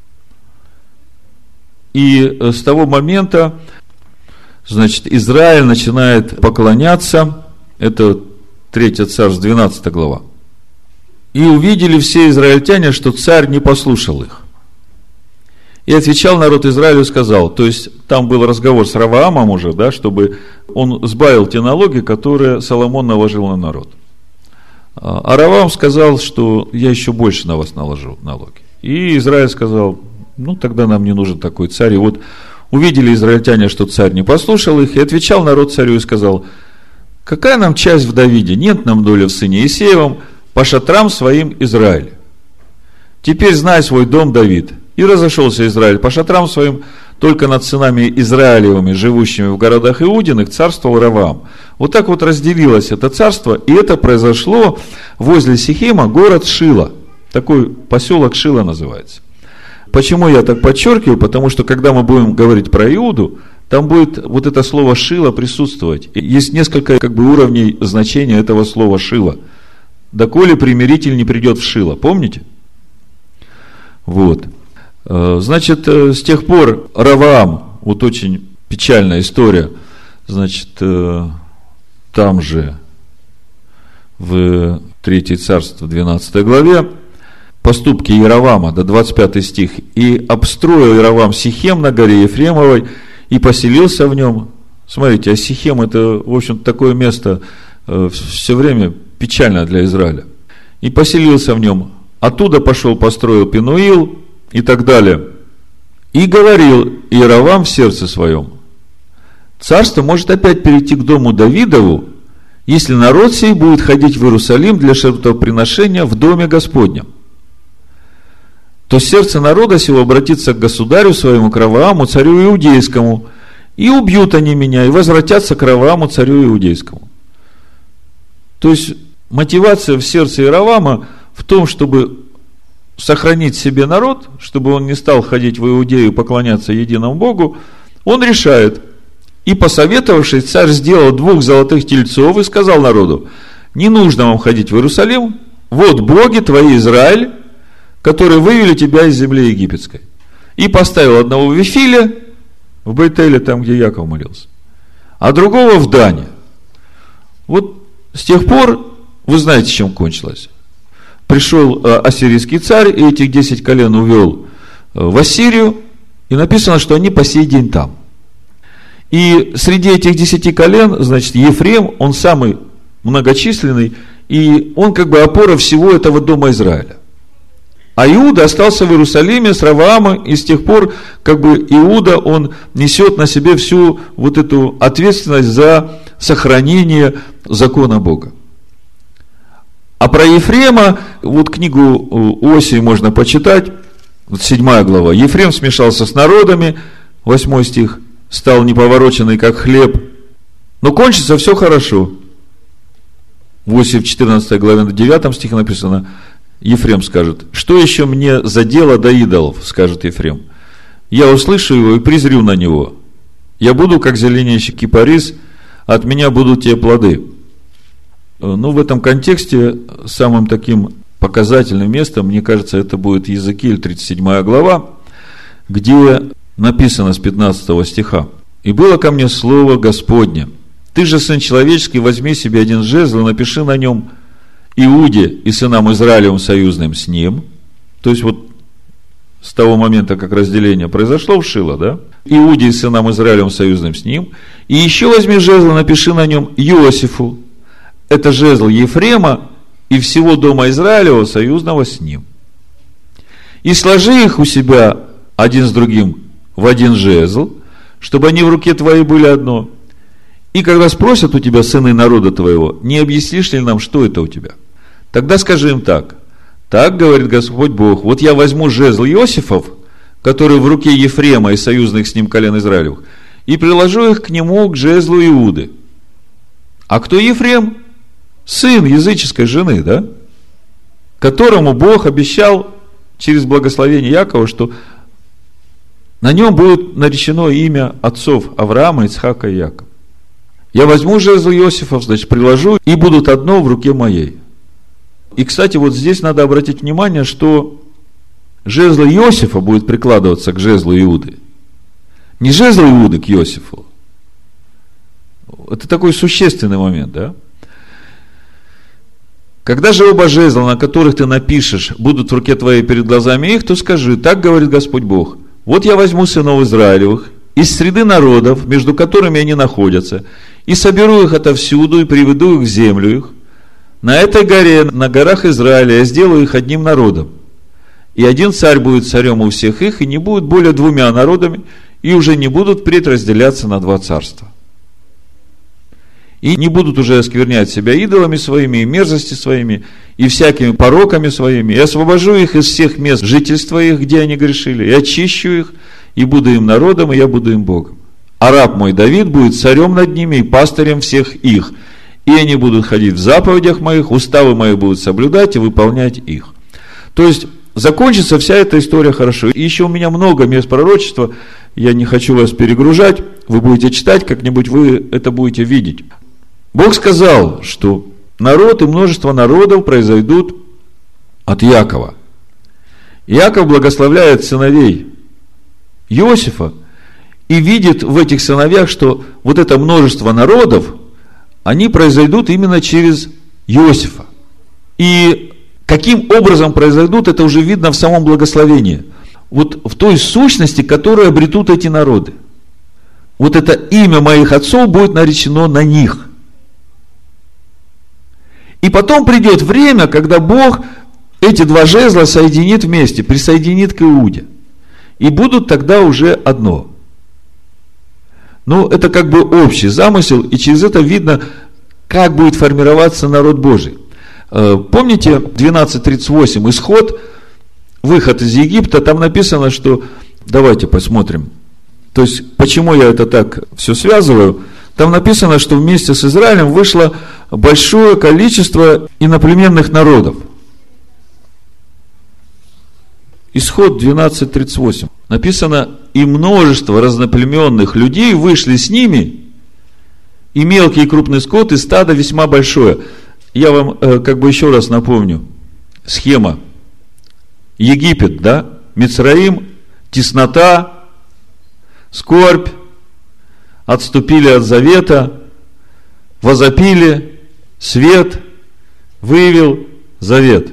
и с того момента, значит, Израиль начинает поклоняться. Это 3 Царств, 12 глава. «И увидели все израильтяне, что царь не послушал их. И отвечал народ Израилю и сказал», то есть там был разговор с Раваамом уже, да, чтобы он сбавил те налоги, которые Соломон наложил на народ. А Раваам сказал, что я еще больше на вас наложу налоги. И Израиль сказал: ну тогда нам не нужен такой царь. И вот увидели израильтяне, что царь не послушал их, и отвечал народ царю и сказал: какая нам часть в Давиде? Нет нам доли в сыне Иисеевом, по шатрам своим Израиля. Теперь знай свой дом, Давид. И разошелся Израиль по шатрам своим, только над сынами Израилевыми, живущими в городах Иудиных, царствовал Раваам. Вот так вот разделилось это царство, и это произошло возле Сихема, город Шило. Такой поселок Шило называется. Почему я так подчеркиваю? Потому что, когда мы будем говорить про Иуду, там будет вот это слово Шило присутствовать. Есть несколько уровней значения этого слова Шило. Доколе примиритель не придет в Шило. Помните? Вот. Значит, с тех пор Раваам, вот очень печальная история, значит, там же в 3 царство, 12 главе, поступки Иеравама, до 25 стих, и обстроил Иеравам Сихем на горе Ефремовой, и поселился в нем. Смотрите, а Сихем это, в общем-то, такое место все время печально для Израиля. И поселился в нем. Оттуда пошел, построил Пенуил и так далее. И говорил Иеравам в сердце своем: царство может опять перейти к дому Давидову, если народ сей будет ходить в Иерусалим для жертвоприношения в доме Господнем. То сердце народа сего обратится к государю своему, к Равааму, царю иудейскому, и убьют они меня, и возвратятся к Равааму, царю иудейскому. То есть, мотивация в сердце Иеравама в том, чтобы сохранить себе народ, чтобы он не стал ходить в Иудею, поклоняться единому Богу, он решает. И, посоветовавшись, царь сделал 2 золотых тельцов и сказал народу: не нужно вам ходить в Иерусалим, вот боги твои, Израиль, которые вывели тебя из земли египетской. И поставил одного в Вифиле, в Бейтеле, там, где Яков молился, а другого в Дане. Вот с тех пор, вы знаете, чем кончилось. Пришел ассирийский царь, и этих 10 колен увел в Ассирию, и написано, что они по сей день там. И среди этих 10 колен, значит, Ефрем, он самый многочисленный, и он опора всего этого дома Израиля. А Иуда остался в Иерусалиме с Раваамом, и с тех пор, Иуда, он несет на себе всю вот эту ответственность за сохранение закона Бога. А про Ефрема, вот книгу Осии можно почитать, 7 глава. Ефрем смешался с народами, 8 стих, стал неповороченный, как хлеб. Но кончится все хорошо. В Осии в 14 главе, 9 стихе написано, Ефрем скажет: что еще мне за дело до идолов, скажет Ефрем. Я услышу его и презрю на него. Я буду, как зеленеющий кипарис, от меня будут те плоды. В этом контексте самым таким показательным местом, мне кажется, это будет Иезекииль, 37 глава, где написано с 15 стиха: «И было ко мне слово Господне: ты же, сын человеческий, возьми себе один жезл и напиши на нем Иуде и сынам Израилевым союзным с ним». То есть, вот с того момента, как разделение произошло в Шило, да? Иуде и сынам Израилевым союзным с ним. И еще возьми жезл и напиши на нем Иосифу. Это жезл Ефрема и всего дома Израилева, союзного с ним. И сложи их у себя один с другим в один жезл, чтобы они в руке твоей были одно. И когда спросят у тебя сыны народа твоего: не объяснишь ли нам, что это у тебя? Тогда скажи им так: так говорит Господь Бог, вот я возьму жезл Иосифов, который в руке Ефрема и союзных с ним колен Израилевых, и приложу их к нему, к жезлу Иуды. А кто Ефрем? Сын языческой жены, да? Которому Бог обещал через благословение Якова, что на нем будет наречено имя отцов Авраама, Ицхака и Якова. Я возьму жезл Иосифов, значит, приложу, и будут одно в руке моей. И, кстати, вот здесь надо обратить внимание, что жезл Иосифа будет прикладываться к жезлу Иуды. Не жезл Иуды к Иосифу. Это такой существенный момент, да? Когда же оба жезла, на которых ты напишешь, будут в руке твоей перед глазами их, то скажи: так говорит Господь Бог: вот я возьму сынов Израилевых из среды народов, между которыми они находятся, и соберу их отовсюду, и приведу их в землю их. На этой горе, на горах Израиля, я сделаю их одним народом. И один царь будет царем у всех их, и не будет более 2 народами, и уже не будут впредь разделяться на 2 царства. И не будут уже осквернять себя идолами своими, и мерзости своими, и всякими пороками своими. И освобожу их из всех мест жительства их, где они грешили, и очищу их, и буду им народом, и я буду им Богом. А раб мой Давид будет царем над ними и пастырем всех их. И они будут ходить в заповедях моих, уставы мои будут соблюдать и выполнять их». То есть, закончится вся эта история хорошо. И еще у меня много мест пророчества, я не хочу вас перегружать, вы будете читать, как-нибудь вы это будете видеть. Бог сказал, что народ и множество народов произойдут от Иакова. Иаков благословляет сыновей Иосифа и видит в этих сыновьях, что вот это множество народов, они произойдут именно через Иосифа. И каким образом произойдут, это уже видно в самом благословении. Вот в той сущности, которую обретут эти народы. Вот это имя моих отцов будет наречено на них. И потом придет время, когда Бог эти два жезла соединит вместе, присоединит к Иуде. И будут тогда уже одно. Ну, это как бы общий замысел, и через это видно, как будет формироваться народ Божий. Помните 12:38, исход, выход из Египта, там написано, что, давайте посмотрим, то есть, почему я это так все связываю, там написано, что вместе с Израилем вышло большое количество иноплеменных народов. Исход 12:38. Написано, и множество разноплеменных людей вышли с ними, и мелкий и крупный скот, и стадо весьма большое. Я вам как бы еще раз напомню. Схема. Египет, да? Мицраим, теснота, скорбь, отступили от завета, возопили, свет, выявил завет.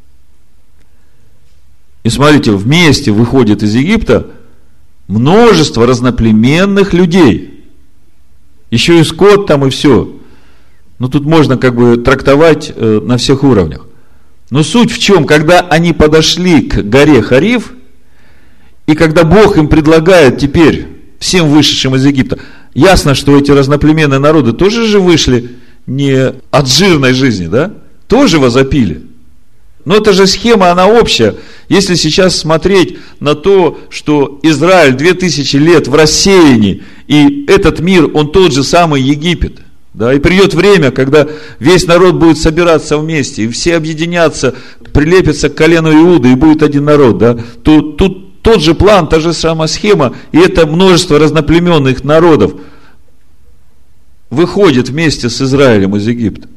И смотрите, вместе выходит из Египта множество разноплеменных людей. Еще и скот там, и все. Но тут можно как бы трактовать на всех уровнях. Но суть в чем? Когда они подошли к горе Хариф, и когда Бог им предлагает теперь, всем вышедшим из Египта, ясно, что эти разноплеменные народы тоже же вышли не от жирной жизни, да? Тоже возопили. Но это же схема, она общая. Если сейчас смотреть на то, что Израиль 2000 лет в рассеянии, и этот мир, он тот же самый Египет, да, и придет время, когда весь народ будет собираться вместе, и все объединятся, прилепятся к колену Иуды, и будет один народ, да, то тут тот же план, та же самая схема, и это множество разноплеменных народов выходит вместе с Израилем из Египта.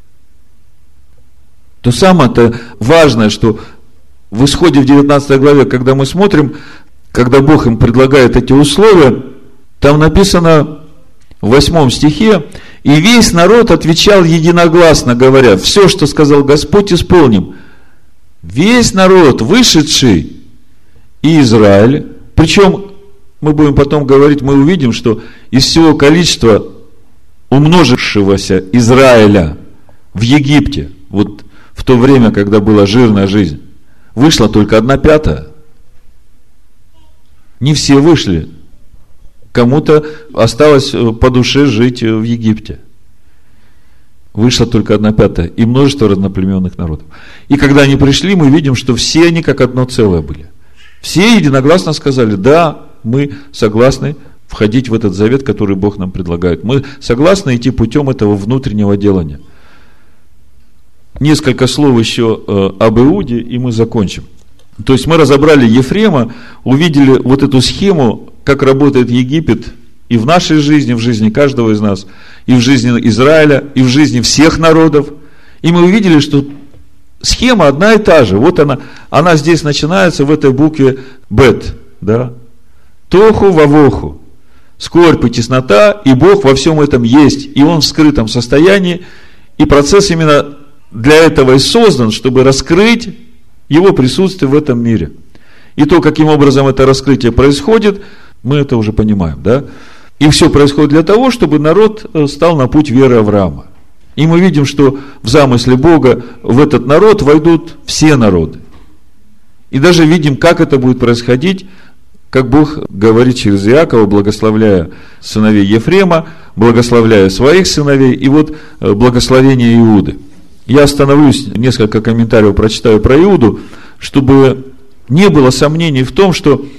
То самое-то важное, что в Исходе в 19 главе, когда мы смотрим, когда Бог им предлагает эти условия, там написано в 8 стихе, и весь народ отвечал единогласно, говоря, все, что сказал Господь, исполним. Весь народ, вышедший и Израиль, причем мы будем потом говорить, мы увидим, что из всего количества умножившегося Израиля в Египте, вот в то время, когда была жирная жизнь, вышла только 1/5. Не все вышли. Кому-то осталось по душе жить в Египте. Вышло только 1/5. И множество разноплеменных народов. И когда они пришли, мы видим, что все они как одно целое были. Все единогласно сказали, да, мы согласны входить в этот завет, который Бог нам предлагает. Мы согласны идти путем этого внутреннего делания. Несколько слов еще об Иуде, и мы закончим. То есть мы разобрали Ефрема, увидели вот эту схему, как работает Египет и в нашей жизни, в жизни каждого из нас, и в жизни Израиля, и в жизни всех народов. И мы увидели, что схема одна и та же. Вот она здесь начинается в этой букве Бет, да? Тоху вавоху. Скорбь и теснота, и Бог во всем этом есть, и Он в скрытом состоянии, и процесс именно для этого и создан, чтобы раскрыть Его присутствие в этом мире. И то, каким образом это раскрытие происходит, мы это уже понимаем, да? И все происходит для того, чтобы народ стал на путь веры Авраама. И мы видим, что в замысле Бога в этот народ войдут все народы. И даже видим, как это будет происходить, как Бог говорит через Иакова, благословляя сыновей Ефрема, благословляя своих сыновей, и вот благословение Иуды. Я остановлюсь, несколько комментариев прочитаю про Иуду, чтобы не было сомнений в том, что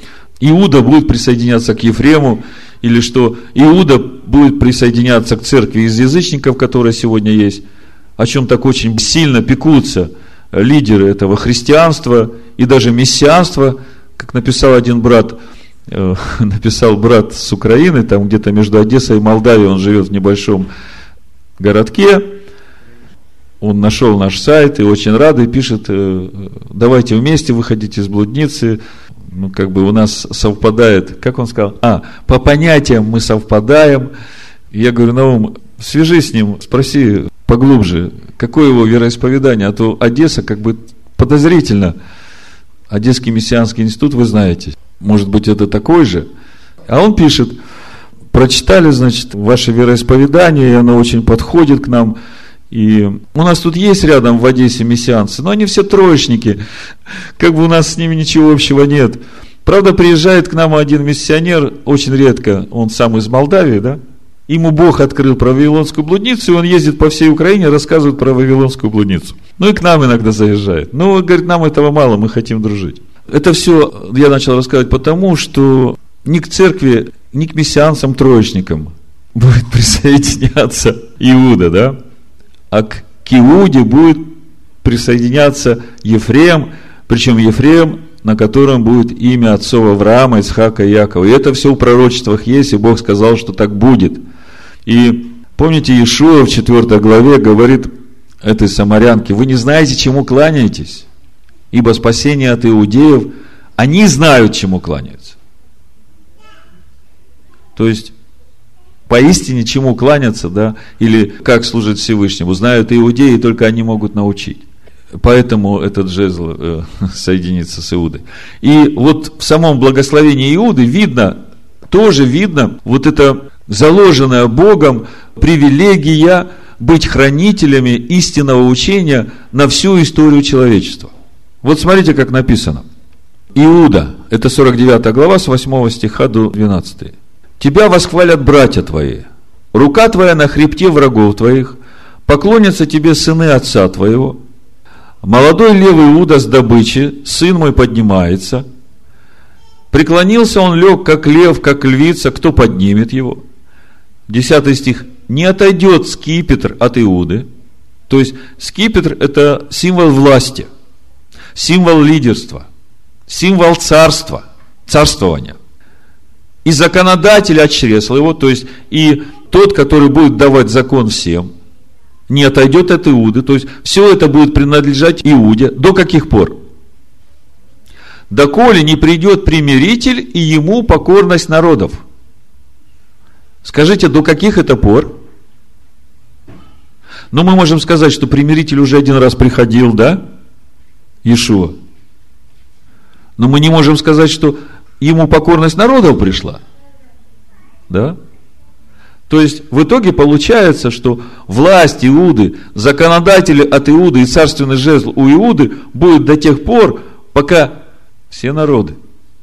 Иуда будет присоединяться к Ефрему, или что Иуда будет присоединяться к церкви из язычников, которая сегодня есть, о чем так очень сильно пекутся лидеры этого христианства и даже мессианства, как написал один брат, написал брат с Украины, там где-то между Одессой и Молдавией, он живет в небольшом городке, он нашел наш сайт и очень рад, и пишет: давайте вместе выходить из блудницы, у нас совпадает, как он сказал, по понятиям мы совпадаем. Я говорю: Наум, свяжись с ним, спроси поглубже, какое его вероисповедание, а то Одесса подозрительно. Одесский мессианский институт, вы знаете, может быть, это такой же. А он пишет: прочитали, ваше вероисповедание, и оно очень подходит к нам. И у нас тут есть рядом в Одессе мессианцы, но они все троечники. У нас с ними ничего общего нет. Правда, приезжает к нам один миссионер, очень редко, он сам из Молдавии, да? Ему Бог открыл про Вавилонскую блудницу, и он ездит по всей Украине, рассказывает про Вавилонскую блудницу. И к нам иногда заезжает. Говорит, нам этого мало, мы хотим дружить. Это все я начал рассказывать потому, что ни к церкви, ни к мессианцам-троечникам будет присоединяться Иуда, да? А к Иуде будет присоединяться Ефрем, причем Ефрем, на котором будет имя отцов Авраама, Ицхака и Якова. И это все в пророчествах есть, и Бог сказал, что так будет. И помните, Иешуа в 4 главе говорит этой самарянке: вы не знаете, чему кланяетесь, ибо спасение от иудеев, они знают, чему кланяются. То есть, поистине, чему кланяться, да, или как служить Всевышнему, знают иудеи, только они могут научить. Поэтому этот жезл соединится с Иудой. И вот в самом благословении Иуды тоже видно это заложенная Богом привилегия быть хранителями истинного учения на всю историю человечества. Вот смотрите, как написано. Иуда, это 49 глава, с 8 стиха до 12. Тебя восхвалят братья твои, рука твоя на хребте врагов твоих, поклонятся тебе сыны отца твоего. Молодой левый Иуда с добычи, сын мой поднимается. Преклонился он, лег, как лев, как львица, кто поднимет его? 10 стих. Не отойдет скипетр от Иуды. То есть, скипетр – это символ власти, символ лидерства, символ царства, царствования. И законодатель от чресла его, то есть, и тот, который будет давать закон всем, не отойдет от Иуды, то есть, все это будет принадлежать Иуде. До каких пор? Доколе не придет примиритель, и ему покорность народов. Скажите, до каких это пор? Мы можем сказать, что примиритель уже один раз приходил, да? Иешуа. Но мы не можем сказать, что ему покорность народов пришла. Да? То есть, в итоге получается, что власть Иуды, законодатели от Иуды и царственный жезл у Иуды будет до тех пор, пока все народы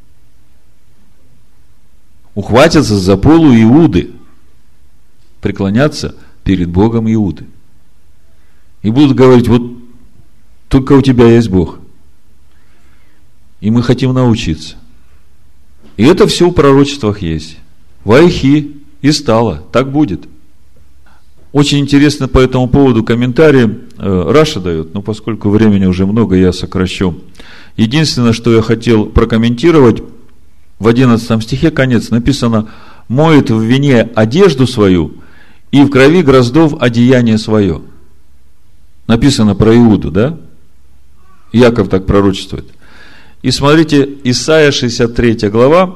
ухватятся за полу Иуды, преклонятся перед Богом Иуды. И будут говорить: вот только у тебя есть Бог. И мы хотим научиться. И это все в пророчествах есть. Вайхи и стало. Так будет. Очень интересно по этому поводу комментарии Раша дает, но поскольку времени уже много, я сокращу. Единственное, что я хотел прокомментировать, в 11 стихе, конец, написано: моет в вине одежду свою и в крови гроздов одеяние свое. Написано про Иуду, да? Яков так пророчествует. И смотрите, Исайя 63 глава,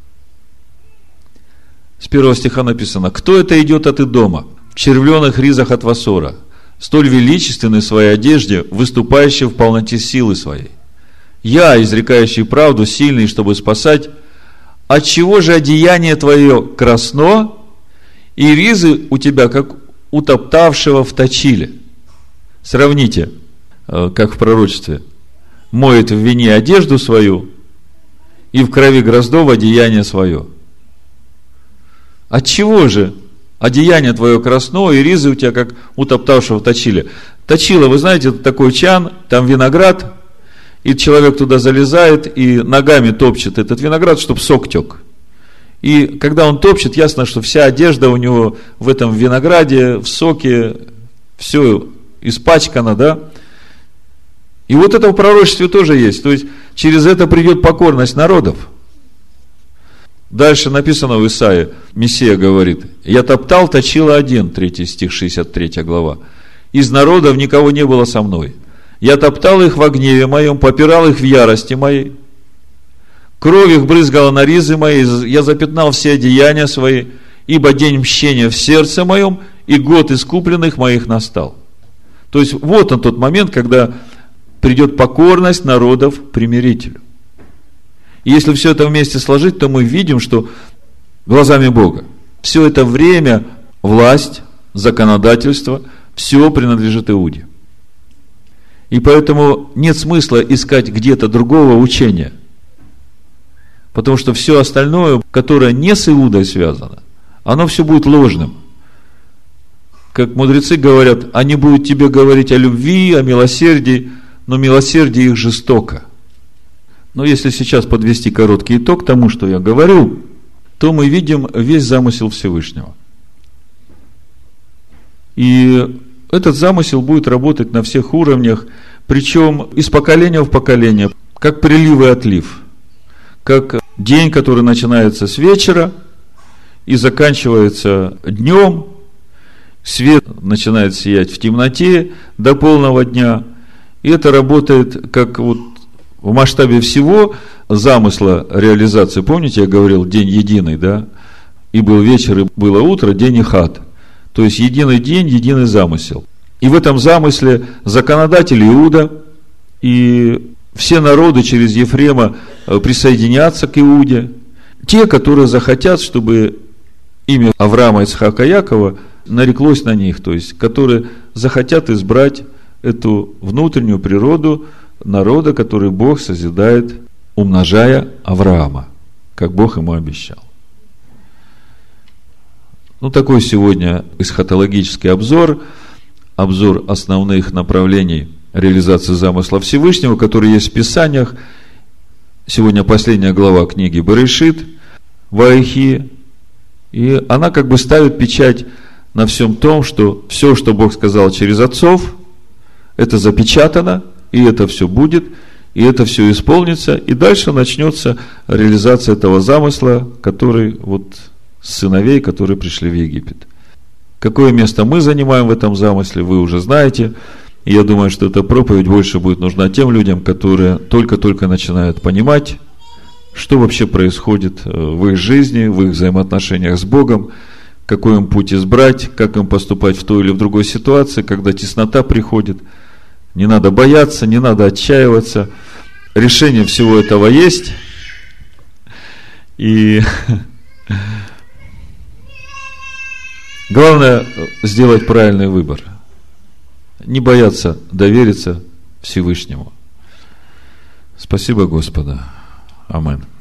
с 1 стиха написано: кто это идет от Идома, в червленых ризах от Васора, столь величественный в своей одежде, выступающий в полноте силы своей? Я, изрекающий правду, сильный, чтобы спасать. Отчего же одеяние твое красно, и ризы у тебя, как утоптавшего в точиле? Сравните, как в пророчестве. Моет в вине одежду свою, и в крови гроздов одеяние свое. Отчего же одеяние твое красно, и ризы у тебя, как утоптавшего в точиле? Точило, вы знаете, это такой чан, там виноград, И человек туда залезает и ногами топчет этот виноград, чтобы сок тек. И когда он топчет, ясно, что вся одежда у него в этом винограде, в соке, все испачкано, да? И вот это в пророчестве тоже есть. То есть, через это придет покорность народов. Дальше написано в Исаии, Мессия говорит: «Я топтал, точила один», 3 стих, 63 глава. «Из народов никого не было со мной. Я топтал их во гневе моем, попирал их в ярости моей. Кровь их брызгала на ризы мои, я запятнал все одеяния свои, ибо день мщения в сердце моем, и год искупленных моих настал». То есть, вот он тот момент, когда придет покорность народов примирителю. И если все это вместе сложить, то мы видим, что глазами Бога все это время власть, законодательство, все принадлежит Иуде. И поэтому нет смысла искать где-то другого учения. Потому что все остальное, которое не с Иудой связано, оно все будет ложным. Как мудрецы говорят, они будут тебе говорить о любви, о милосердии, но милосердие их жестоко. Но если сейчас подвести короткий итог тому, что я говорю, то мы видим весь замысел Всевышнего. И этот замысел будет работать на всех уровнях, причем из поколения в поколение, как прилив и отлив, как день, который начинается с вечера и заканчивается днем, свет начинает сиять в темноте до полного дня, и это работает как вот в масштабе всего замысла реализации. Помните, я говорил, день единый, да? И был вечер, и было утро, день эхад. То есть, единый день, единый замысел. И в этом замысле законодатель Иуда, и все народы через Ефрема присоединятся к Иуде. Те, которые захотят, чтобы имя Авраама, Ицхака, Якова нареклось на них. То есть, которые захотят избрать эту внутреннюю природу народа, который Бог созидает, умножая Авраама, как Бог ему обещал. Такой сегодня эсхатологический обзор основных направлений реализации замысла Всевышнего, которые есть в Писаниях. Сегодня последняя глава книги Берешит, Ваихи, и она как бы ставит печать на всем том, что все, что Бог сказал через отцов, это запечатано, и это все будет, и это все исполнится, и дальше начнется реализация этого замысла, который вот сыновей, которые пришли в Египет. Какое место мы занимаем в этом замысле, вы уже знаете. И я думаю, что эта проповедь больше будет нужна тем людям, которые только-только начинают понимать, что вообще происходит в их жизни, в их взаимоотношениях с Богом, какой им путь избрать, как им поступать в той или в другой ситуации, когда теснота приходит. Не надо бояться, не надо отчаиваться. Решение всего этого есть. И главное сделать правильный выбор. Не бояться довериться Всевышнему. Спасибо Господу. Аминь.